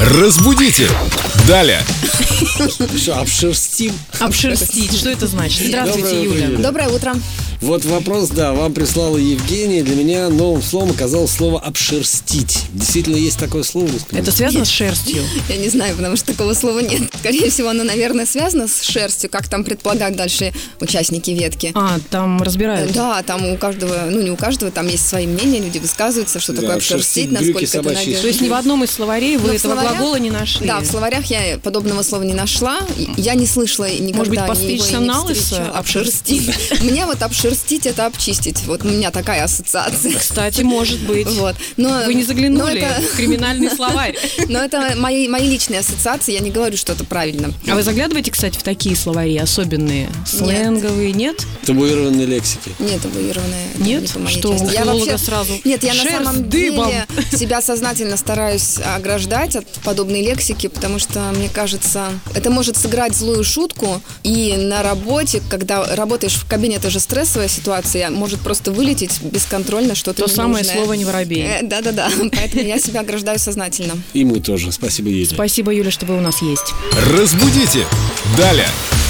Разбудите! Далее! Что, обшерстим? Обшерстить. Что это значит? Здравствуйте, Доброе утро, Юля. Юля. Доброе утро. Вот вопрос, да, вам прислала Евгения. Для меня новым словом оказалось слово «обшерстить». Действительно, есть такое слово в русском Это языке? связано с шерстью? Я не знаю, потому что такого слова нет. Скорее всего, оно, наверное, связано с шерстью, как там предполагают дальше участники ветки. Там разбирают. Да, там у каждого, не у каждого, там есть свои мнения, люди высказываются, что Да, такое обшерстить, обшерстить брюки насколько это собачьи. надежно. То есть ни в одном из словарей вы Но в этого словарях- глагола не нашли? Да, в словарях я подобного слова не нашла. Я не слышала никогда. Может быть, его постричься и не на лысо, встречала. обшерстить? Мне вот обшерстить — это обчистить. Вот у меня такая ассоциация. Кстати, может быть. Вот. Но, Вы не заглянули но это- в криминальный словарь. Но это мои личные ассоциации, я не говорю, что это правильно. А вы заглядываете, кстати, в такие словари особенные? Сленговые, нет? Табуированной лексики. Нет, табуированная. Нет? Не по моей Что, части. у Я филолога вообще... сразу Нет, я на шерсть самом дыбом. деле себя сознательно стараюсь ограждать от подобной лексики, потому что, мне кажется, это может сыграть злую шутку, и на работе, когда работаешь в кабине, это же стрессовая ситуация, может просто вылететь бесконтрольно что-то То самое ненужное. слово «не воробей». Да-да-да, поэтому я себя ограждаю сознательно. И мы тоже. Спасибо, Юля. Спасибо, Юля, что вы у нас есть. Разбудите! Далее!